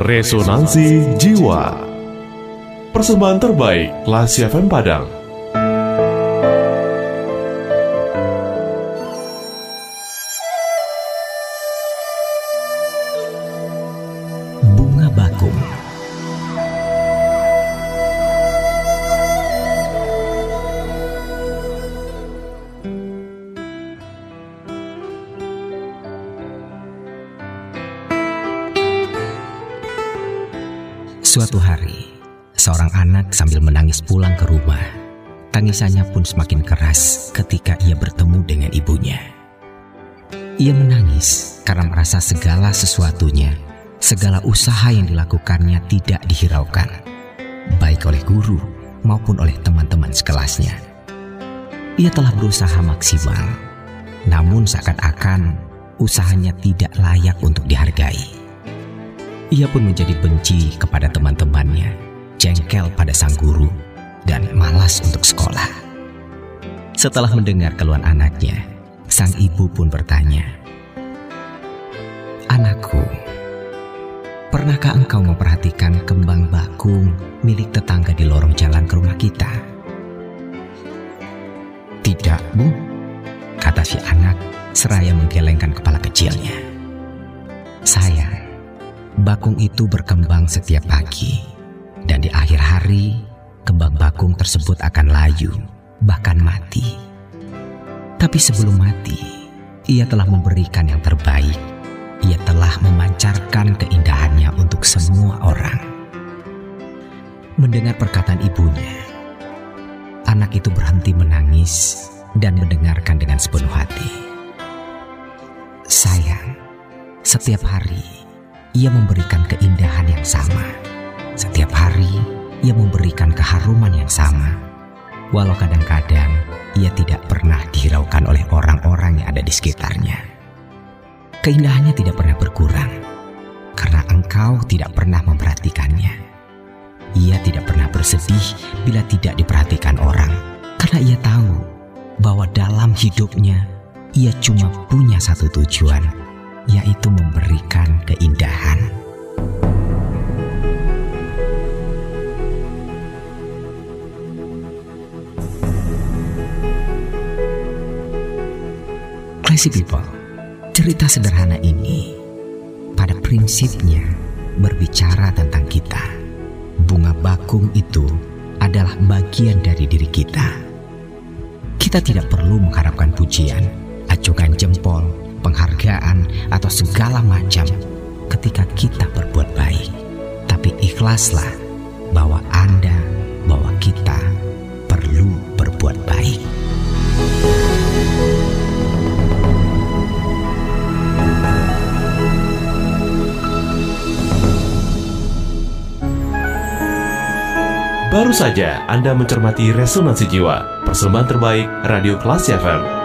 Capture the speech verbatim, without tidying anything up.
Resonansi Jiwa. Persembahan terbaik Lasi F M Padang. Bunga bakung. Suatu hari, seorang anak sambil menangis pulang ke rumah. Tangisannya pun semakin keras ketika ia bertemu dengan ibunya. Ia menangis karena merasa segala sesuatunya, segala usaha yang dilakukannya tidak dihiraukan, baik oleh guru maupun oleh teman-teman sekelasnya. Ia telah berusaha maksimal, namun seakan-akan usahanya tidak layak untuk dihargai. Ia pun menjadi benci kepada teman-temannya, jengkel pada sang guru, dan malas untuk sekolah. Setelah mendengar keluhan anaknya, sang ibu pun bertanya, "Anakku, pernahkah engkau memperhatikan kembang bakung milik tetangga di lorong jalan ke rumah kita?" "Tidak, Bu," kata si anak seraya menggelengkan kepala kecilnya. "Sayang, bakung itu berkembang setiap pagi, dan di akhir hari, kembang bakung tersebut akan layu, bahkan mati. Tapi sebelum mati, ia telah memberikan yang terbaik. Ia telah memancarkan keindahannya untuk semua orang." Mendengar perkataan ibunya, anak itu berhenti menangis dan mendengarkan dengan sepenuh hati. "Sayang, setiap hari ia memberikan keindahan yang sama. Setiap hari ia memberikan keharuman yang sama. Walau kadang-kadang ia tidak pernah dihiraukan oleh orang-orang yang ada di sekitarnya. Keindahannya tidak pernah berkurang karena engkau tidak pernah memperhatikannya. Ia tidak pernah bersedih bila tidak diperhatikan orang, karena ia tahu bahwa dalam hidupnya ia cuma punya satu tujuan, yaitu memberikan keindahan." Classy people, cerita sederhana ini pada prinsipnya berbicara tentang kita. Bunga bakung itu adalah bagian dari diri kita. Kita tidak perlu mengharapkan pujian, acungan jempol, penghargaan, atau segala macam ketika kita berbuat baik. Tapi ikhlaslah bahwa Anda, bahwa kita perlu berbuat baik. Baru saja Anda mencermati Resonansi Jiwa, persembahan terbaik Radio Lasi F M.